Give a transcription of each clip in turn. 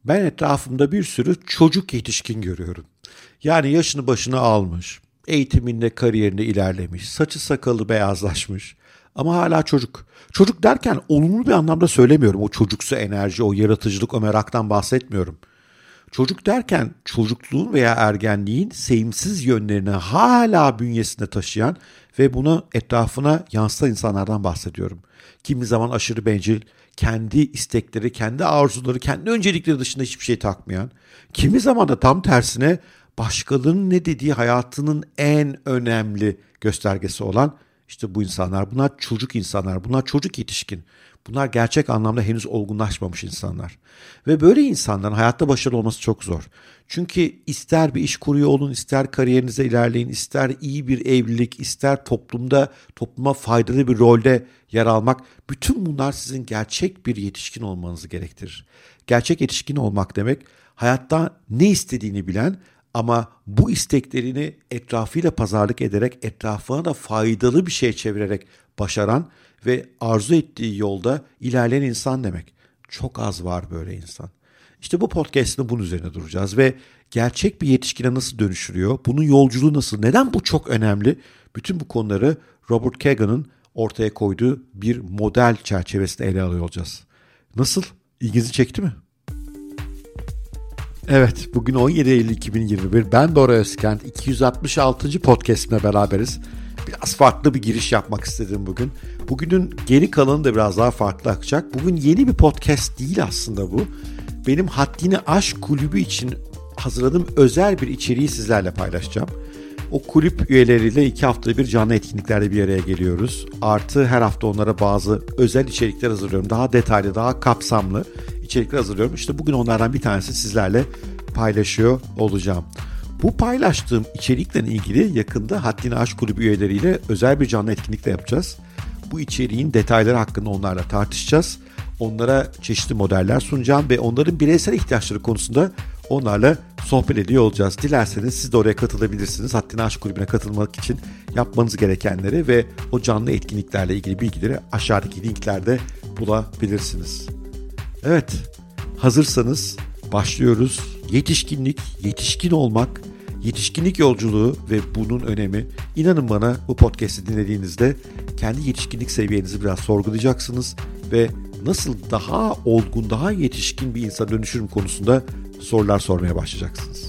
Ben etrafımda bir sürü çocuk yetişkin görüyorum. Yani yaşını başına almış, eğitiminde, kariyerinde ilerlemiş, saçı sakalı beyazlaşmış ama hala çocuk. Çocuk derken olumlu bir anlamda söylemiyorum. O çocuksu enerji, o yaratıcılık, o meraktan bahsetmiyorum. Çocuk derken çocukluğun veya ergenliğin sevimsiz yönlerini hala bünyesinde taşıyan ve bunu etrafına yansıtan insanlardan bahsediyorum. Kimi zaman aşırı bencil, kendi istekleri, kendi arzuları, kendi öncelikleri dışında hiçbir şey takmayan, kimi zaman da tam tersine başkalarının ne dediği hayatının en önemli göstergesi olan işte bu insanlar. Bunlar çocuk insanlar, bunlar çocuk yetişkin. Bunlar gerçek anlamda henüz olgunlaşmamış insanlar. Ve böyle insanların hayatta başarılı olması çok zor. Çünkü ister bir iş kuruyor olun, ister kariyerinize ilerleyin, ister iyi bir evlilik, ister topluma faydalı bir rolde yer almak. Bütün bunlar sizin gerçek bir yetişkin olmanızı gerektirir. Gerçek yetişkin olmak demek hayatta ne istediğini bilen ama bu isteklerini etrafıyla pazarlık ederek etrafına da faydalı bir şey çevirerek başaran ve arzu ettiği yolda ilerleyen insan demek. Çok az var böyle insan. İşte bu podcast'ın bunun üzerine duracağız ve gerçek bir yetişkine nasıl dönüşürüyor, bunun yolculuğu nasıl, neden bu çok önemli? Bütün bu konuları Robert Kagan'ın ortaya koyduğu bir model çerçevesinde ele alıyor olacağız. Nasıl? İlginizi çekti mi? Evet, bugün 17 Eylül 2021. Ben Bora Özkent. 266. podcast'imle beraberiz. Biraz farklı bir giriş yapmak istedim bugün. Bugünün geri kalanı da biraz daha farklı akacak. Bugün yeni bir podcast değil aslında bu. Benim Haddini Aşk Kulübü için hazırladığım özel bir içeriği sizlerle paylaşacağım. O kulüp üyeleriyle 2 haftada bir canlı etkinliklerde bir araya geliyoruz. Artı her hafta onlara bazı özel içerikler hazırlıyorum. Daha detaylı, daha kapsamlı içerikler hazırlıyorum. İşte bugün onlardan bir tanesi sizlerle paylaşıyor olacağım. Bu paylaştığım içerikle ilgili yakında Haddini Aşk Kulübü üyeleriyle özel bir canlı etkinlik de yapacağız. Bu içeriğin detayları hakkında onlarla tartışacağız. Onlara çeşitli modeller sunacağım ve onların bireysel ihtiyaçları konusunda onlarla sohbet ediyor olacağız. Dilerseniz siz de oraya katılabilirsiniz. Haddini Aşk Kulübü'ne katılmak için yapmanız gerekenleri ve o canlı etkinliklerle ilgili bilgileri aşağıdaki linklerde bulabilirsiniz. Evet, hazırsanız başlıyoruz. Yetişkinlik, yetişkin olmak, yetişkinlik yolculuğu ve bunun önemi. İnanın bana bu podcast'i dinlediğinizde kendi yetişkinlik seviyenizi biraz sorgulayacaksınız ve nasıl daha olgun, daha yetişkin bir insan dönüşürüm konusunda sorular sormaya başlayacaksınız.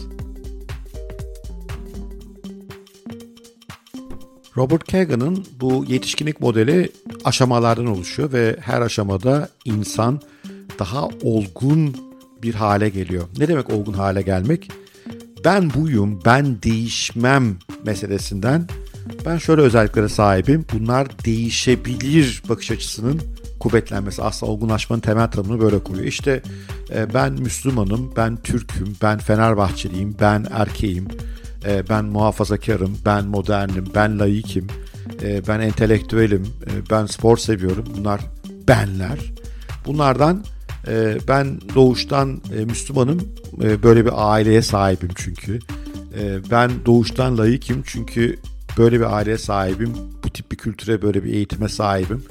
Robert Kagan'ın bu yetişkinlik modeli aşamalardan oluşuyor ve her aşamada insan daha olgun bir hale geliyor. Ne demek olgun hale gelmek? Ben buyum, ben değişmem meselesinden ben şöyle özelliklere sahibim. Bunlar değişebilir bakış açısının kuvvetlenmesi. Aslında olgunlaşmanın temel tanımını böyle kuruyor. İşte ben Müslümanım, ben Türk'üm, ben Fenerbahçeliyim, ben erkeğim, ben muhafazakarım, ben modernim, ben laikim, ben entelektüelim, ben spor seviyorum. Bunlar benler. Bunlardan ben doğuştan Müslümanım, böyle bir aileye sahibim çünkü. Ben doğuştan laikim çünkü böyle bir aileye sahibim, bu tip bir kültüre, böyle bir eğitime sahibim.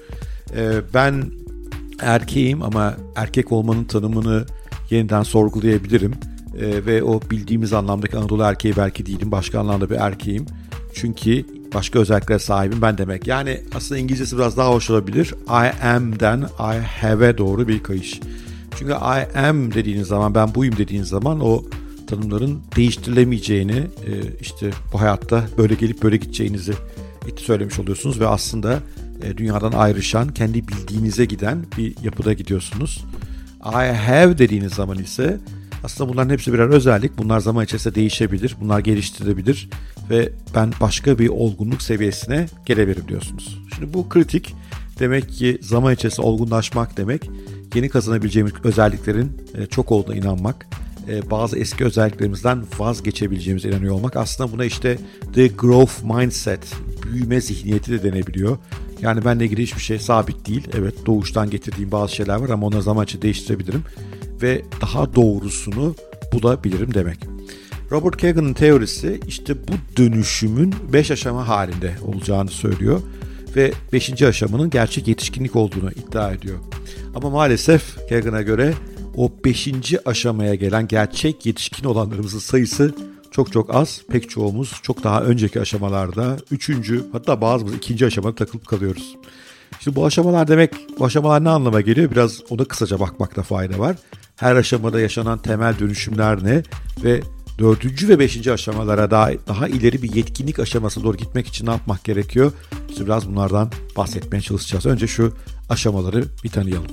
Ben erkeğim ama erkek olmanın tanımını yeniden sorgulayabilirim. Ve o bildiğimiz anlamdaki Anadolu erkeği belki değilim, başka anlamda bir erkeğim. Çünkü başka özelliklere sahibim ben demek. Yani aslında İngilizcesi biraz daha hoş olabilir. I am'den I have'e doğru bir kayış. Çünkü I am dediğiniz zaman, ben buyum dediğiniz zaman o tanımların değiştirilemeyeceğini, işte bu hayatta böyle gelip böyle gideceğinizi söylemiş oluyorsunuz ve aslında dünyadan ayrışan, kendi bildiğinize giden bir yapıda gidiyorsunuz. I have dediğiniz zaman ise aslında bunların hepsi birer özellik. Bunlar zaman içerisinde değişebilir, bunlar geliştirilebilir ve ben başka bir olgunluk seviyesine gelebilirim diyorsunuz. Şimdi bu kritik. Demek ki zaman içerisinde olgunlaşmak demek, yeni kazanabileceğimiz özelliklerin çok olduğuna inanmak, bazı eski özelliklerimizden vazgeçebileceğimize inanıyor olmak. Aslında buna işte the growth mindset, büyüme zihniyeti de denebiliyor. Yani benimle ilgili hiçbir şey sabit değil. Evet, doğuştan getirdiğim bazı şeyler var ama onları zaman içinde değiştirebilirim ve daha doğrusunu bulabilirim demek. Robert Kagan'ın teorisi işte bu dönüşümün 5 aşama halinde olacağını söylüyor ve 5. aşamanın gerçek yetişkinlik olduğunu iddia ediyor. Ama maalesef Kagan'a göre o 5. aşamaya gelen gerçek yetişkin olanlarımızın sayısı çok çok az. Pek çoğumuz çok daha önceki aşamalarda 3. hatta bazımız 2. aşamada takılıp kalıyoruz. Şimdi bu aşamalar ne anlama geliyor? Biraz ona kısaca bakmakta fayda var. Her aşamada yaşanan temel dönüşümler ne? Ve 4. ve 5. aşamalara daha ileri bir yetkinlik aşamasına doğru gitmek için ne yapmak gerekiyor? İşte biraz bunlardan bahsetmeye çalışacağız. Önce şu aşamaları bir tanıyalım.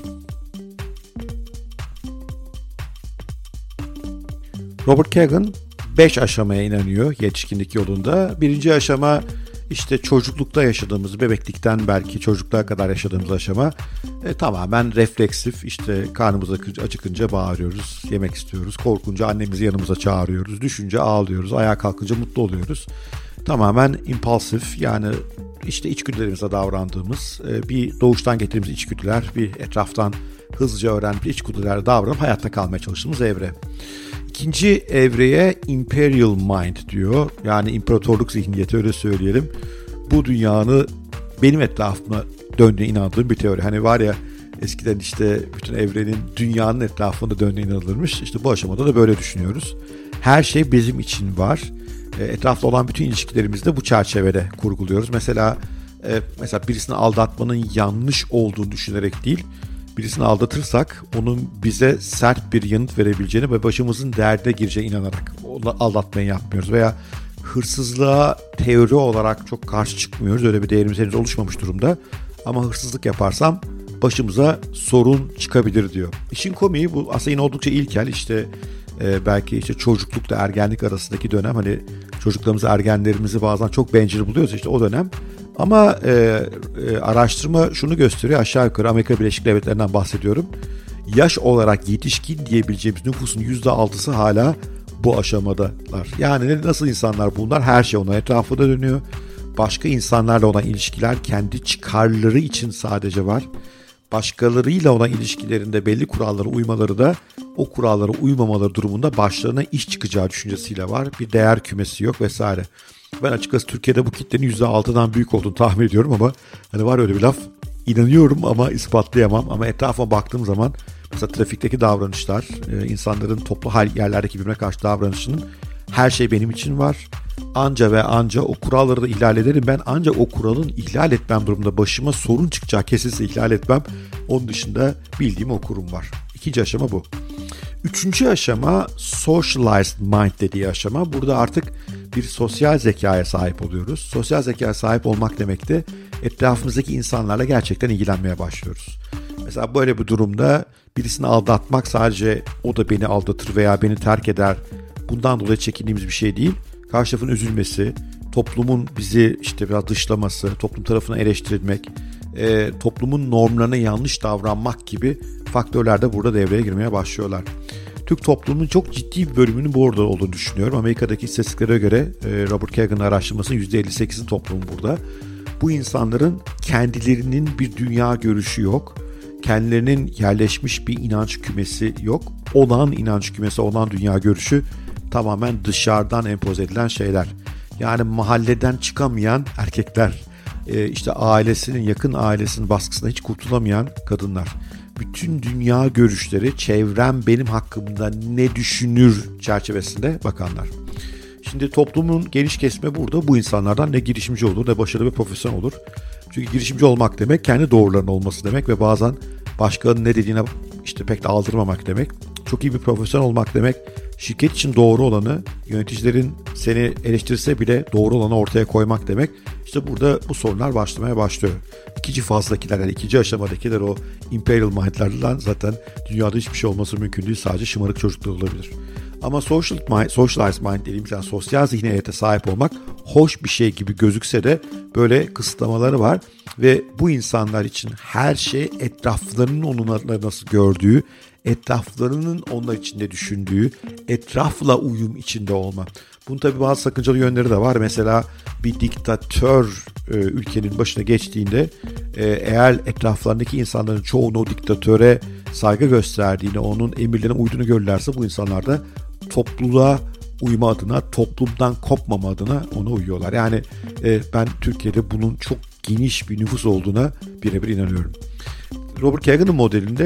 Robert Kagan 5 aşamaya inanıyor yetişkinlik yolunda. 1. aşama işte çocuklukta yaşadığımız, bebeklikten belki çocukluğa kadar yaşadığımız aşama tamamen refleksif. İşte karnımız acıkınca bağırıyoruz, yemek istiyoruz. Korkunca annemizi yanımıza çağırıyoruz. Düşünce ağlıyoruz, ayağa kalkınca mutlu oluyoruz. Tamamen impulsif, yani işte içgüdülerimize davrandığımız, bir doğuştan getirdiğimiz içgüdüler, bir etraftan hızlıca öğrenip içgüdülerle davranıp hayatta kalmaya çalıştığımız evre. 2. evreye Imperial Mind diyor. Yani imparatorluk zihniyeti, öyle söyleyelim. Bu dünyanın benim etrafıma döndüğüne inandığım bir teori. Hani var ya, eskiden işte bütün evrenin dünyanın etrafında döndüğüne inanılırmış. İşte bu aşamada da böyle düşünüyoruz. Her şey bizim için var. Etrafta olan bütün ilişkilerimizi de bu çerçevede kurguluyoruz. Mesela birisini aldatmanın yanlış olduğunu düşünerek değil, birisini aldatırsak onun bize sert bir yanıt verebileceğini ve başımızın derde gireceğine inanarak aldatmayı yapmıyoruz. Veya hırsızlığa teori olarak çok karşı çıkmıyoruz. Öyle bir değerimiz henüz oluşmamış durumda. Ama hırsızlık yaparsam başımıza sorun çıkabilir diyor. İşin komiği, bu aslında yine oldukça ilkel. İşte belki işte çocuklukla ergenlik arasındaki dönem, hani çocuklarımızı, ergenlerimizi bazen çok bencil buluyoruz, işte o dönem. Ama araştırma şunu gösteriyor, aşağı yukarı Amerika Birleşik Devletleri'nden bahsediyorum. Yaş olarak yetişkin diyebileceğimiz nüfusun %6'sı hala bu aşamadalar. Yani nasıl insanlar bunlar? Her şey onun etrafında dönüyor. Başka insanlarla olan ilişkiler kendi çıkarları için sadece var. Başkalarıyla olan ilişkilerinde belli kurallara uymaları da o kurallara uymamaları durumunda başlarına iş çıkacağı düşüncesiyle var. Bir değer kümesi yok vesaire. Ben açıkçası Türkiye'de bu kitlenin %6'dan büyük olduğunu tahmin ediyorum ama hani var öyle bir laf, inanıyorum ama ispatlayamam. Ama etrafa baktığım zaman mesela trafikteki davranışlar, insanların toplu yerlerdeki birbirine karşı davranışının her şey benim için var. Anca ve anca o kuralları da ihlal ederim. Ben ancak o kuralın ihlal etmem durumunda başıma sorun çıkacağı kesinse ihlal etmem. Onun dışında bildiğim o kurum var. 2. aşama bu. 3. aşama socialized mind dediği aşama. Burada artık bir sosyal zekaya sahip oluyoruz. Sosyal zekaya sahip olmak demek de etrafımızdaki insanlarla gerçekten ilgilenmeye başlıyoruz. Mesela böyle bir durumda birisini aldatmak sadece o da beni aldatır veya beni terk eder, bundan dolayı çekindiğimiz bir şey değil. Karşı tarafın üzülmesi, toplumun bizi işte biraz dışlaması, toplum tarafından eleştirilmek, toplumun normlarına yanlış davranmak gibi faktörler de burada devreye girmeye başlıyorlar. Türk toplumunun çok ciddi bir bölümünün bu orada olduğunu düşünüyorum. Amerika'daki istatistiklere göre Robert Kagan'ın araştırmasının %58'in toplumu burada. Bu insanların kendilerinin bir dünya görüşü yok. Kendilerinin yerleşmiş bir inanç kümesi yok. Olan inanç kümesi, olan dünya görüşü tamamen dışarıdan empoze edilen şeyler. Yani mahalleden çıkamayan erkekler, işte ailesinin, yakın ailesinin baskısına hiç kurtulamayan kadınlar. Bütün dünya görüşleri, çevrem benim hakkımda ne düşünür çerçevesinde bakanlar. Şimdi toplumun geniş kesme burada bu insanlardan ne girişimci olur ne başarılı bir profesyonel olur. Çünkü girişimci olmak demek kendi doğrularının olması demek ve bazen başkalarının ne dediğine işte pek de aldırmamak demek. Çok iyi bir profesyonel olmak demek, şirket için doğru olanı, yöneticilerin seni eleştirse bile doğru olanı ortaya koymak demek. İşte burada bu sorunlar başlamaya başlıyor. İkinci fazdakiler, yani 2. aşamadakiler, o imperial mind'lerden zaten dünyada hiçbir şey olması mümkün değil. Sadece şımarık çocuklar olabilir. Ama socialized mind dediğimiz, yani sosyal zihniyete sahip olmak hoş bir şey gibi gözükse de böyle kısıtlamaları var. Ve bu insanlar için her şey etraflarının onları nasıl gördüğü, etraflarının onlar içinde düşündüğü, etrafla uyum içinde olma. Bunun tabii bazı sakıncalı yönleri de var. Mesela bir diktatör ülkenin başına geçtiğinde eğer etraflarındaki insanların çoğunu o diktatöre saygı gösterdiğini, onun emirlerine uyduğunu görürlerse bu insanlar da topluluğa uyma adına, toplumdan kopmama adına ona uyuyorlar. Yani ben Türkiye'de bunun çok geniş bir nüfus olduğuna birebir inanıyorum. Robert Kagan'ın modelinde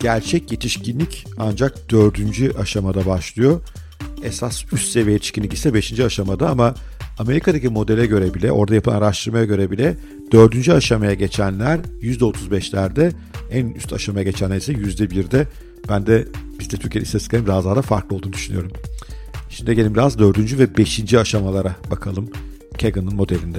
gerçek yetişkinlik ancak 4. aşamada başlıyor. Esas üst seviye yetişkinlik ise 5. aşamada ama Amerika'daki modele göre bile, orada yapılan araştırmaya göre bile 4. aşamaya geçenler %35'lerde, en üst aşamaya geçenler ise %1'de. Ben de bizde Türkiye'de istatistiklerin biraz daha da farklı olduğunu düşünüyorum. Şimdi gelin biraz 4. ve 5. aşamalara bakalım Kagan'ın modelinde.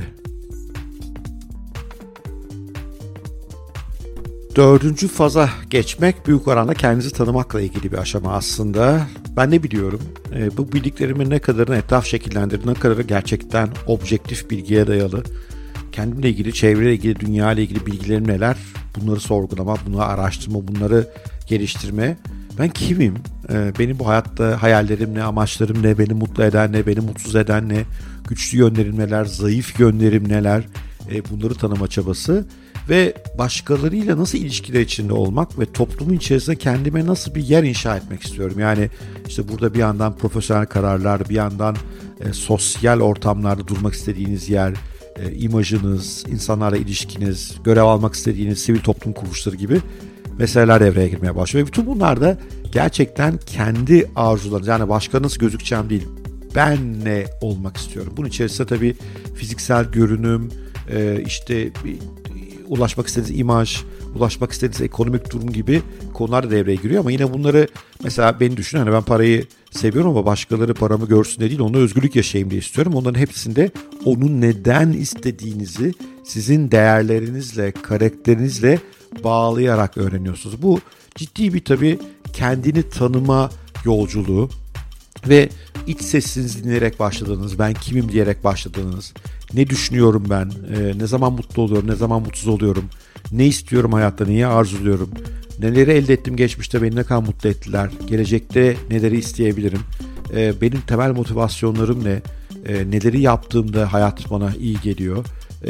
4. faza geçmek büyük oranda kendinizi tanımakla ilgili bir aşama aslında. Ben ne biliyorum? Bu bildiklerimin ne kadarını etraf şekillendirdi, ne kadarı gerçekten objektif bilgiye dayalı. Kendimle ilgili, çevreyle ilgili, dünya ile ilgili bilgilerim neler? Bunları sorgulama, bunları araştırma, bunları geliştirme. Ben kimim? Benim bu hayatta hayallerim ne, amaçlarım ne, beni mutlu eden ne, beni mutsuz eden ne, güçlü yönlerim neler, zayıf yönlerim neler? Bunları tanıma çabası ve başkalarıyla nasıl ilişkiler içinde olmak ve toplumun içerisinde kendime nasıl bir yer inşa etmek istiyorum. Yani işte burada bir yandan profesyonel kararlar, bir yandan sosyal ortamlarda durmak istediğiniz yer, imajınız, insanlarla ilişkiniz, görev almak istediğiniz sivil toplum kuruluşları gibi meseleler devreye girmeye başlıyor. Ve bütün bunlar da gerçekten kendi arzularınız, yani başka nasıl gözükeceğim değil, ben ne olmak istiyorum. Bunun içerisinde tabii fiziksel görünüm, işte ulaşmak istediğiniz imaj, ulaşmak istediğiniz ekonomik durum gibi konular da devreye giriyor ama yine bunları mesela beni düşünün, hani ben parayı seviyorum ama başkaları paramı görsün diye değil, onunla özgürlük yaşayayım diye istiyorum. Onların hepsinde onun neden istediğinizi sizin değerlerinizle, karakterinizle bağlayarak öğreniyorsunuz. Bu ciddi bir tabii kendini tanıma yolculuğu ve iç sesinizi dinleyerek başladığınız, ben kimim diyerek başladığınız, ne düşünüyorum ben, ne zaman mutlu oluyorum, ne zaman mutsuz oluyorum, ne istiyorum hayatta, neyi arzuluyorum, neleri elde ettim geçmişte, beni ne kadar mutlu ettiler, gelecekte neleri isteyebilirim, benim temel motivasyonlarım ne, neleri yaptığımda hayat bana iyi geliyor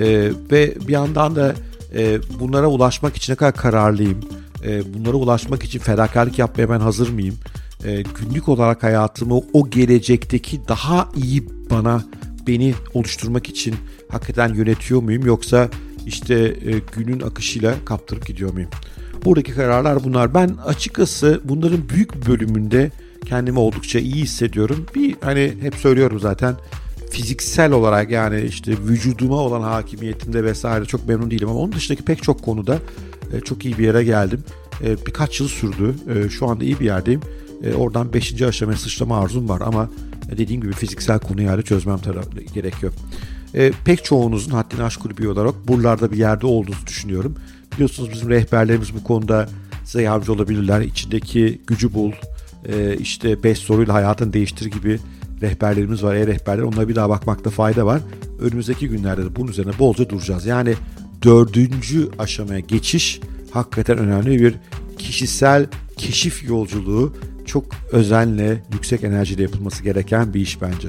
ve bir yandan da bunlara ulaşmak için ne kadar kararlıyım, bunlara ulaşmak için fedakarlık yapmaya ben hazır mıyım, günlük olarak hayatımı o gelecekteki daha iyi beni oluşturmak için hakikaten yönetiyor muyum, yoksa işte günün akışıyla kaptırıp gidiyor muyum? Buradaki kararlar bunlar. Ben açıkçası bunların büyük bölümünde kendimi oldukça iyi hissediyorum. Hani hep söylüyorum zaten, fiziksel olarak yani işte vücuduma olan hakimiyetimde vesaire çok memnun değilim ama onun dışındaki pek çok konuda çok iyi bir yere geldim. Birkaç yıl sürdü. Şu anda iyi bir yerdeyim. Oradan 5. aşamaya sıçrama arzum var ama dediğim gibi fiziksel konuyu hala çözmem gerekiyor. Pek çoğunuzun haddini aşkın bir olarak buralarda bir yerde olduğunuzu düşünüyorum. Biliyorsunuz bizim rehberlerimiz bu konuda size yardımcı olabilirler. İçindeki gücü bul, işte 5 soruyla hayatını değiştir gibi rehberlerimiz var, e-rehberler. Onlara bir daha bakmakta fayda var. Önümüzdeki günlerde de bunun üzerine bolca duracağız. Yani 4. aşamaya geçiş hakikaten önemli bir kişisel keşif yolculuğu, çok özenle, yüksek enerjiyle yapılması gereken bir iş bence.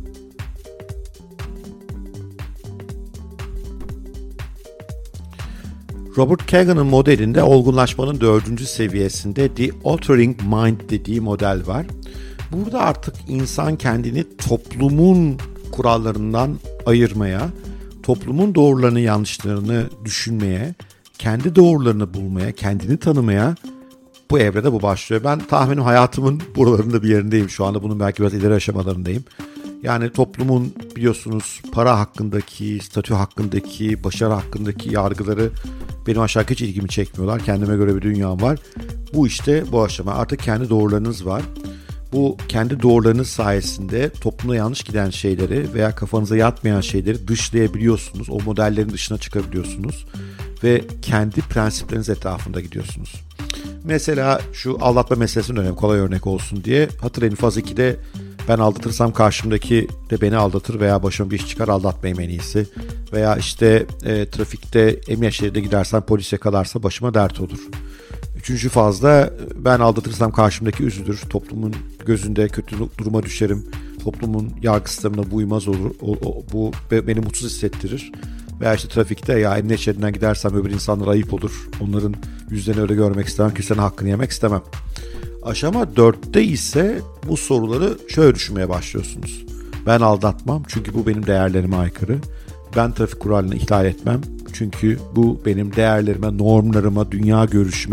Robert Kagan'ın modelinde olgunlaşmanın 4. seviyesinde The Altering Mind dediği model var. Burada artık insan kendini toplumun kurallarından ayırmaya, toplumun doğrularını, yanlışlarını düşünmeye, kendi doğrularını bulmaya, kendini tanımaya, bu evrede bu başlıyor. Ben tahminim hayatımın buralarında bir yerindeyim şu anda. Bunun belki biraz ileri aşamalarındayım. Yani toplumun biliyorsunuz para hakkındaki, statü hakkındaki, başarı hakkındaki yargıları benim aşağı hiç ilgimi çekmiyorlar. Kendime göre bir dünyam var. Bu işte bu aşama. Artık kendi doğrularınız var. Bu kendi doğrularınız sayesinde toplumda yanlış giden şeyleri veya kafanıza yatmayan şeyleri dışlayabiliyorsunuz. O modellerin dışına çıkabiliyorsunuz. Ve kendi prensipleriniz etrafında gidiyorsunuz. Mesela şu aldatma meselesinin önemli, kolay örnek olsun diye. Hatırlayın faz 2'de ben aldatırsam karşımdaki de beni aldatır veya başıma bir iş çıkar, aldatmayayım en iyisi. Veya işte trafikte emniyet şeridine gidersem polis yakalarsa başıma dert olur. 3. fazda ben aldatırsam karşımdaki üzülür, toplumun gözünde kötü duruma düşerim, toplumun yargı sistemine uymaz olur, bu beni mutsuz hissettirir. Veya işte trafikte ya emniyet şeridinden gidersem öbür insanlara ayıp olur, onların yüzlerini öyle görmek istemem, kimsenin hakkını yemek istemem. Aşama 4'te ise bu soruları şöyle düşünmeye başlıyorsunuz. Ben aldatmam çünkü bu benim değerlerime aykırı. Ben trafik kuralını ihlal etmem çünkü bu benim değerlerime, normlarıma, dünya görüşüme,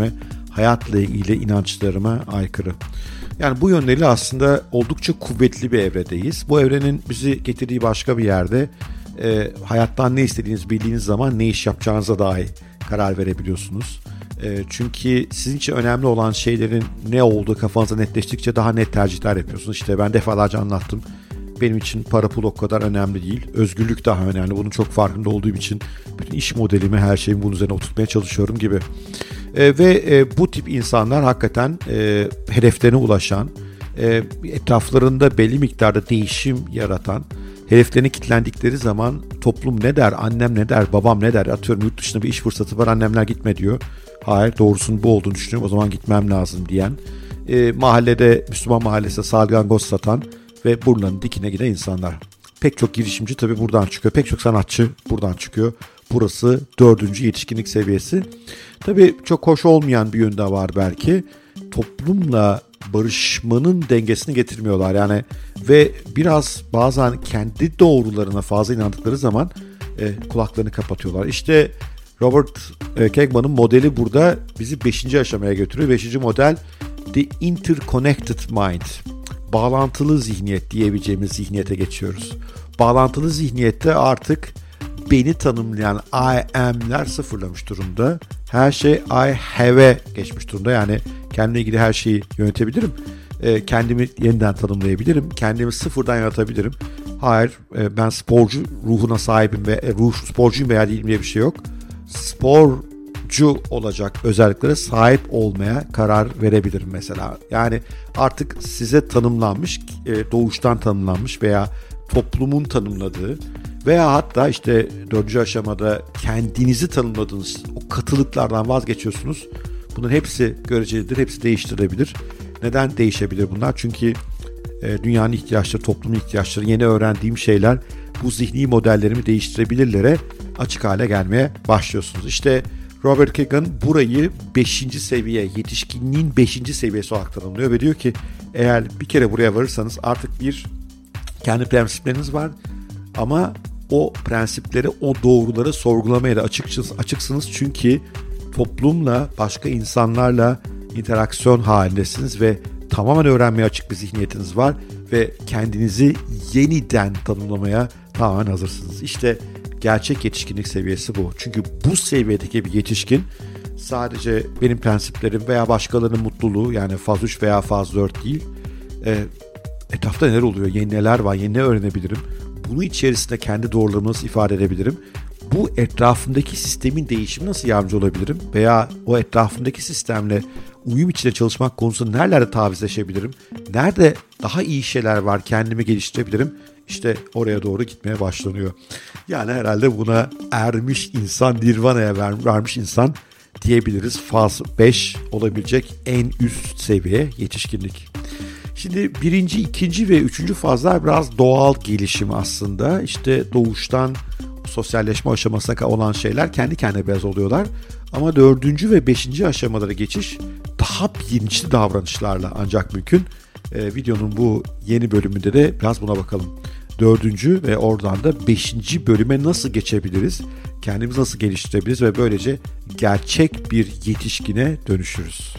hayatla ilgili inançlarıma aykırı. Yani bu yönleri aslında oldukça kuvvetli bir evredeyiz. Bu evrenin bizi getirdiği başka bir yerde hayattan ne istediğinizi bildiğiniz zaman ne iş yapacağınıza dahi karar verebiliyorsunuz. Çünkü sizin için önemli olan şeylerin ne olduğu kafanızda netleştikçe daha net tercihler yapıyorsunuz. İşte ben defalarca anlattım. Benim için para pul o kadar önemli değil. Özgürlük daha önemli. Bunun çok farkında olduğum için bütün iş modelimi, her şeyimi bunun üzerine oturtmaya çalışıyorum gibi. Bu tip insanlar hakikaten hedeflerine ulaşan, etraflarında belli miktarda değişim yaratan, hedeflerine kilitlendikleri zaman toplum ne der, annem ne der, babam ne der, atıyorum yurt dışında bir iş fırsatı var, annemler gitme diyor. Hayır, doğrusunun bu olduğunu düşünüyorum, o zaman gitmem lazım diyen, mahallede, Müslüman mahallesinde salyangoz satan ve burnlarının dikine giden insanlar. Pek çok girişimci tabii buradan çıkıyor, pek çok sanatçı buradan çıkıyor. Burası 4. yetişkinlik seviyesi. Tabii çok hoş olmayan bir yönü de var belki. Toplumla barışmanın dengesini getirmiyorlar yani ve biraz bazen kendi doğrularına fazla inandıkları zaman kulaklarını kapatıyorlar. İşte Robert Kagan'ın modeli burada bizi 5. aşamaya götürüyor. 5. model The Interconnected Mind. Bağlantılı zihniyet diyebileceğimiz zihniyete geçiyoruz. Bağlantılı zihniyette artık beni tanımlayan I am'ler sıfırlamış durumda. Her şey I have'e geçmiş durumda. Yani kendimle ilgili her şeyi yönetebilirim. Kendimi yeniden tanımlayabilirim. Kendimi sıfırdan yaratabilirim. Hayır, ben sporcu ruhuna sahibim ve sporcuyum veya değilim diye bir şey yok. Sporcu olacak özelliklere sahip olmaya karar verebilirim mesela. Yani artık size tanımlanmış, doğuştan tanımlanmış veya toplumun tanımladığı veya hatta işte 4. aşamada kendinizi tanımladığınız o katılıklardan vazgeçiyorsunuz. Bunların hepsi görecelidir, hepsi değiştirilebilir. Neden değişebilir bunlar? Çünkü dünyanın ihtiyaçları, toplumun ihtiyaçları, yeni öğrendiğim şeyler bu zihni modellerimi değiştirebilirlere açık hale gelmeye başlıyorsunuz. İşte Robert Kagan burayı 5. seviye, yetişkinliğin 5. seviyesi olarak tanımlıyor ve diyor ki eğer bir kere buraya varırsanız artık kendi prensipleriniz var ama o prensipleri, o doğruları sorgulamaya da açıksınız çünkü toplumla, başka insanlarla interaksiyon halindesiniz ve tamamen öğrenmeye açık bir zihniyetiniz var ve kendinizi yeniden tanımlamaya tamamen hazırsınız. İşte gerçek yetişkinlik seviyesi bu. Çünkü bu seviyedeki bir yetişkin sadece benim prensiplerim veya başkalarının mutluluğu, yani faz 3 veya faz 4 değil. Etrafta neler oluyor, yeni neler var, yeni ne öğrenebilirim? Bunu içerisinde kendi doğrularımı nasıl ifade edebilirim? Bu etrafımdaki sistemin değişimi nasıl yardımcı olabilirim? Veya o etrafımdaki sistemle uyum içinde çalışmak konusunda nerelerde tavizleşebilirim? Nerede daha iyi şeyler var, kendimi geliştirebilirim? İşte oraya doğru gitmeye başlanıyor. Yani herhalde buna ermiş insan, nirvana'ya varmış insan diyebiliriz. Faz 5 olabilecek en üst seviye yetişkinlik. Şimdi 1., 2. ve 3. fazlar biraz doğal gelişim aslında. İşte doğuştan sosyalleşme aşamasına olan şeyler kendi kendine biraz oluyorlar. Ama 4. ve 5. aşamalara geçiş daha bilinçli davranışlarla ancak mümkün. Videonun bu yeni bölümünde de biraz buna bakalım. 4. ve oradan da 5. bölüme nasıl geçebiliriz? Kendimizi nasıl geliştirebiliriz ve böylece gerçek bir yetişkine dönüşürüz?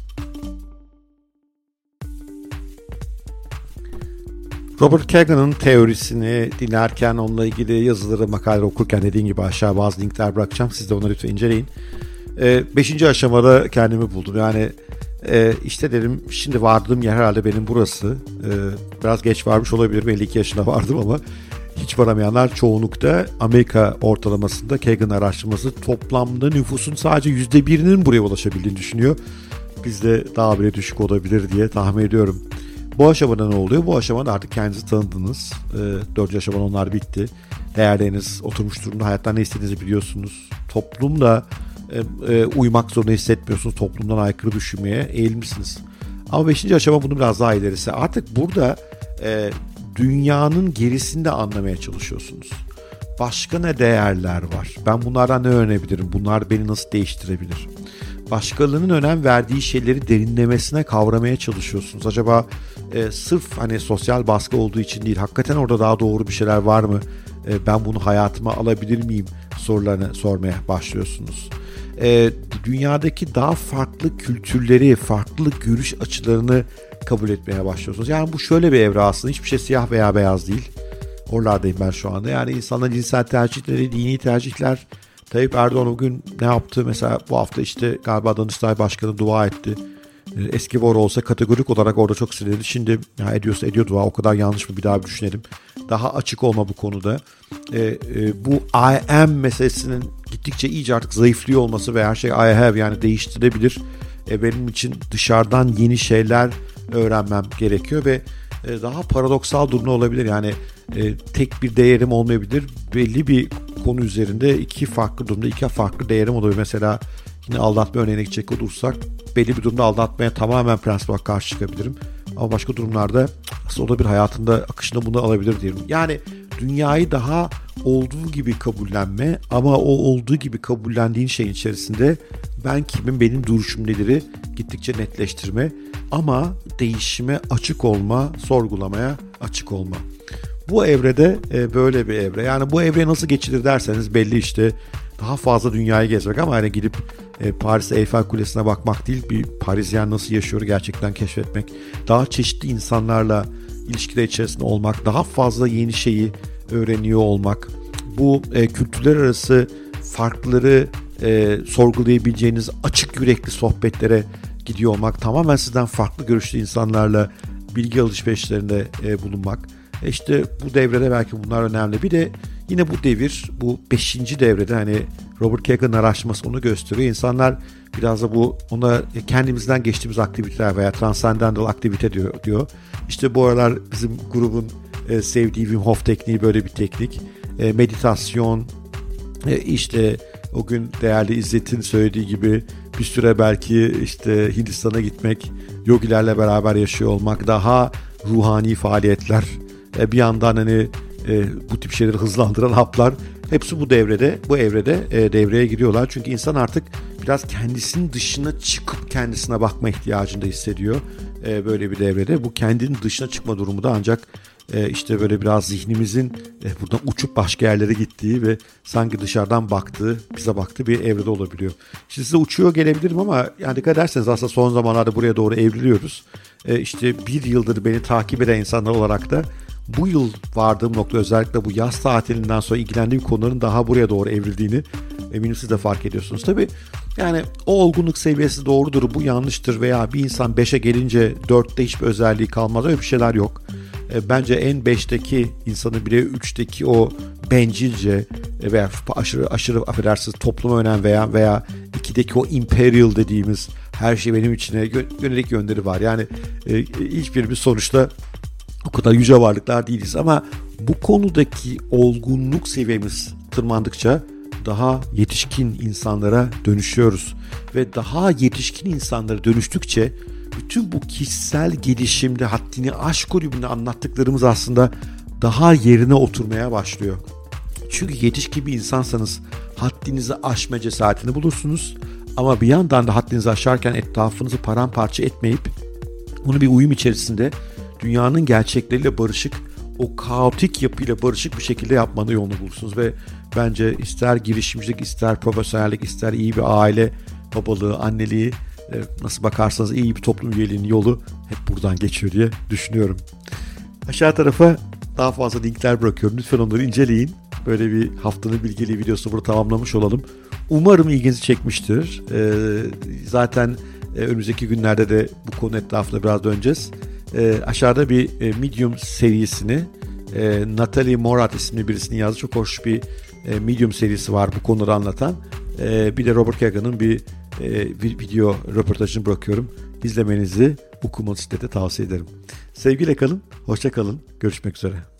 Robert Kagan'ın teorisini dinlerken, onunla ilgili yazıları, makaleleri okurken dediğim gibi aşağı bazı linkler bırakacağım. Siz de onları lütfen inceleyin. 5. aşamada kendimi buldum. Yani işte dedim, şimdi vardığım yer herhalde benim burası. Biraz geç varmış olabilirim. 52 yaşında vardım ama hiç varamayanlar çoğunlukta. Amerika ortalamasında Kagan araştırması toplamda nüfusun sadece %1'inin buraya ulaşabildiğini düşünüyor. Bizde daha bile düşük olabilir diye tahmin ediyorum. Bu aşamada ne oluyor? Bu aşamada artık kendinizi tanıdınız. 4. aşamada onlar bitti. Değerleriniz oturmuş durumda. Hayattan ne istediğinizi biliyorsunuz. Toplumla uymak zorunda hissetmiyorsunuz. Toplumdan aykırı düşünmeye eğilmişsiniz. Ama 5. aşama bunun biraz daha ilerisi. Artık burada dünyanın gerisini de anlamaya çalışıyorsunuz. Başka ne değerler var? Ben bunlardan ne öğrenebilirim? Bunlar beni nasıl değiştirebilir? Başkalarının önem verdiği şeyleri derinlemesine kavramaya çalışıyorsunuz. Acaba sırf hani sosyal baskı olduğu için değil, hakikaten orada daha doğru bir şeyler var mı? Ben bunu hayatıma alabilir miyim sorularını sormaya başlıyorsunuz. dünyadaki daha farklı kültürleri, farklı görüş açılarını kabul etmeye başlıyorsunuz. Yani bu şöyle bir evre aslında. Hiçbir şey siyah veya beyaz değil. Oralardayım ben şu anda. Yani insanların cinsel tercihleri, dini tercihler. Tayyip Erdoğan o gün ne yaptı? Mesela bu hafta işte galiba Danıştay Başkanı dua etti. Eski var olsa kategorik olarak orada çok sinirli. Şimdi ya ediyorsa ediyor dua, o kadar yanlış mı bir daha bir düşünelim. Daha açık olma bu konuda. Bu I am meselesinin gittikçe iyice artık zayıflıyor olması ve her şey I have yani değiştirebilir. Benim için dışarıdan yeni şeyler öğrenmem gerekiyor ve daha paradoksal durumda olabilir. Yani tek bir değerim olmayabilir. Belli bir konu üzerinde iki farklı durumda iki farklı değerim olabilir. Mesela yine aldatma örneğine gidecek olursak belli bir durumda aldatmaya tamamen prensip olarak karşı çıkabilirim. Ama başka durumlarda aslında o da bir hayatında akışında bunu alabilir diyelim. Yani dünyayı daha olduğu gibi kabullenme ama o olduğu gibi kabullendiğin şeyin içerisinde ben kimim, benim duruşum nedir'i gittikçe netleştirme ama değişime açık olma, sorgulamaya açık olma. Bu evrede böyle bir evre. Yani bu evre nasıl geçilir derseniz belli işte daha fazla dünyayı gezmek ama hani gidip Paris Eiffel Kulesi'ne bakmak değil, bir Parisyen nasıl yaşıyor gerçekten keşfetmek. Daha çeşitli insanlarla ilişkiler içerisinde olmak, daha fazla yeni şeyi öğreniyor olmak. Bu kültürler arası farkları sorgulayabileceğiniz açık yürekli sohbetlere gidiyor olmak. Tamamen sizden farklı görüşlü insanlarla bilgi alışverişlerinde bulunmak. İşte bu devrede belki bunlar önemli. Bir de yine bu devir, bu 5. devrede hani Robert Kagan'ın araştırması onu gösteriyor. İnsanlar biraz da bu ona kendimizden geçtiğimiz aktiviteler veya transcendental aktivite diyor. İşte bu aralar bizim grubun sevdiği Wim Hof tekniği böyle bir teknik. Meditasyon, işte o gün değerli İzzet'in söylediği gibi bir süre belki işte Hindistan'a gitmek, yogilerle beraber yaşıyor olmak, daha ruhani faaliyetler, bir yandan hani bu tip şeyleri hızlandıran haplar, hepsi bu evrede devreye giriyorlar. Çünkü insan artık biraz kendisinin dışına çıkıp kendisine bakma ihtiyacını da hissediyor böyle bir devrede. Bu kendinin dışına çıkma durumu da ancak işte böyle biraz zihnimizin buradan uçup başka yerlere gittiği ve sanki dışarıdan bize baktığı bir evrede olabiliyor. Şimdi size uçuyor gelebilirim ama yani dikkat ederseniz aslında son zamanlarda buraya doğru evriliyoruz. İşte bir yıldır beni takip eden insanlar olarak da bu yıl vardığım nokta özellikle bu yaz tatilinden sonra ilgilendiğim konuların daha buraya doğru evrildiğini eminim siz de fark ediyorsunuz. Tabii yani o olgunluk seviyesi doğrudur, bu yanlıştır veya bir insan 5'e gelince 4'te hiçbir özelliği kalmaz, öyle bir şeyler yok. Bence en 5'teki insanı bile 3'teki o bencilce veya aşırı affedersiniz topluma önem veya 2'deki o imperial dediğimiz her şey benim içine yönelik yönleri var. Yani hiçbirimiz sonuçta o kadar yüce varlıklar değiliz ama bu konudaki olgunluk seviyemiz tırmandıkça daha yetişkin insanlara dönüşüyoruz. Ve daha yetişkin insanlara dönüştükçe bütün bu kişisel gelişimde haddini aşk kulübünde anlattıklarımız aslında daha yerine oturmaya başlıyor. Çünkü yetişkin bir insansanız haddinizi aşma cesaretini bulursunuz. Ama bir yandan da haddinizi aşarken etrafınızı paramparça etmeyip bunu bir uyum içerisinde dünyanın gerçekleriyle barışık, o kaotik yapıyla barışık bir şekilde yapmanın yolunu bulursunuz. Ve bence ister girişimcilik, ister profesyonellik, ister iyi bir aile babalığı, anneliği, nasıl bakarsanız iyi bir toplum üyeliğinin yolu hep buradan geçiyor diye düşünüyorum. Aşağı tarafa daha fazla linkler bırakıyorum. Lütfen onları inceleyin. Böyle bir haftanın bilgeliği videosunu burada tamamlamış olalım. Umarım ilginizi çekmiştir. Zaten önümüzdeki günlerde de bu konu etrafında biraz döneceğiz. Aşağıda bir Medium serisini Natalie Morat isimli birisinin yazdığı çok hoş bir Medium serisi var bu konuları anlatan. Bir de Robert Kagan'ın bir video röportajını bırakıyorum. İzlemenizi, okumanızı da tavsiye ederim. Sevgiyle kalın, hoşça kalın, görüşmek üzere.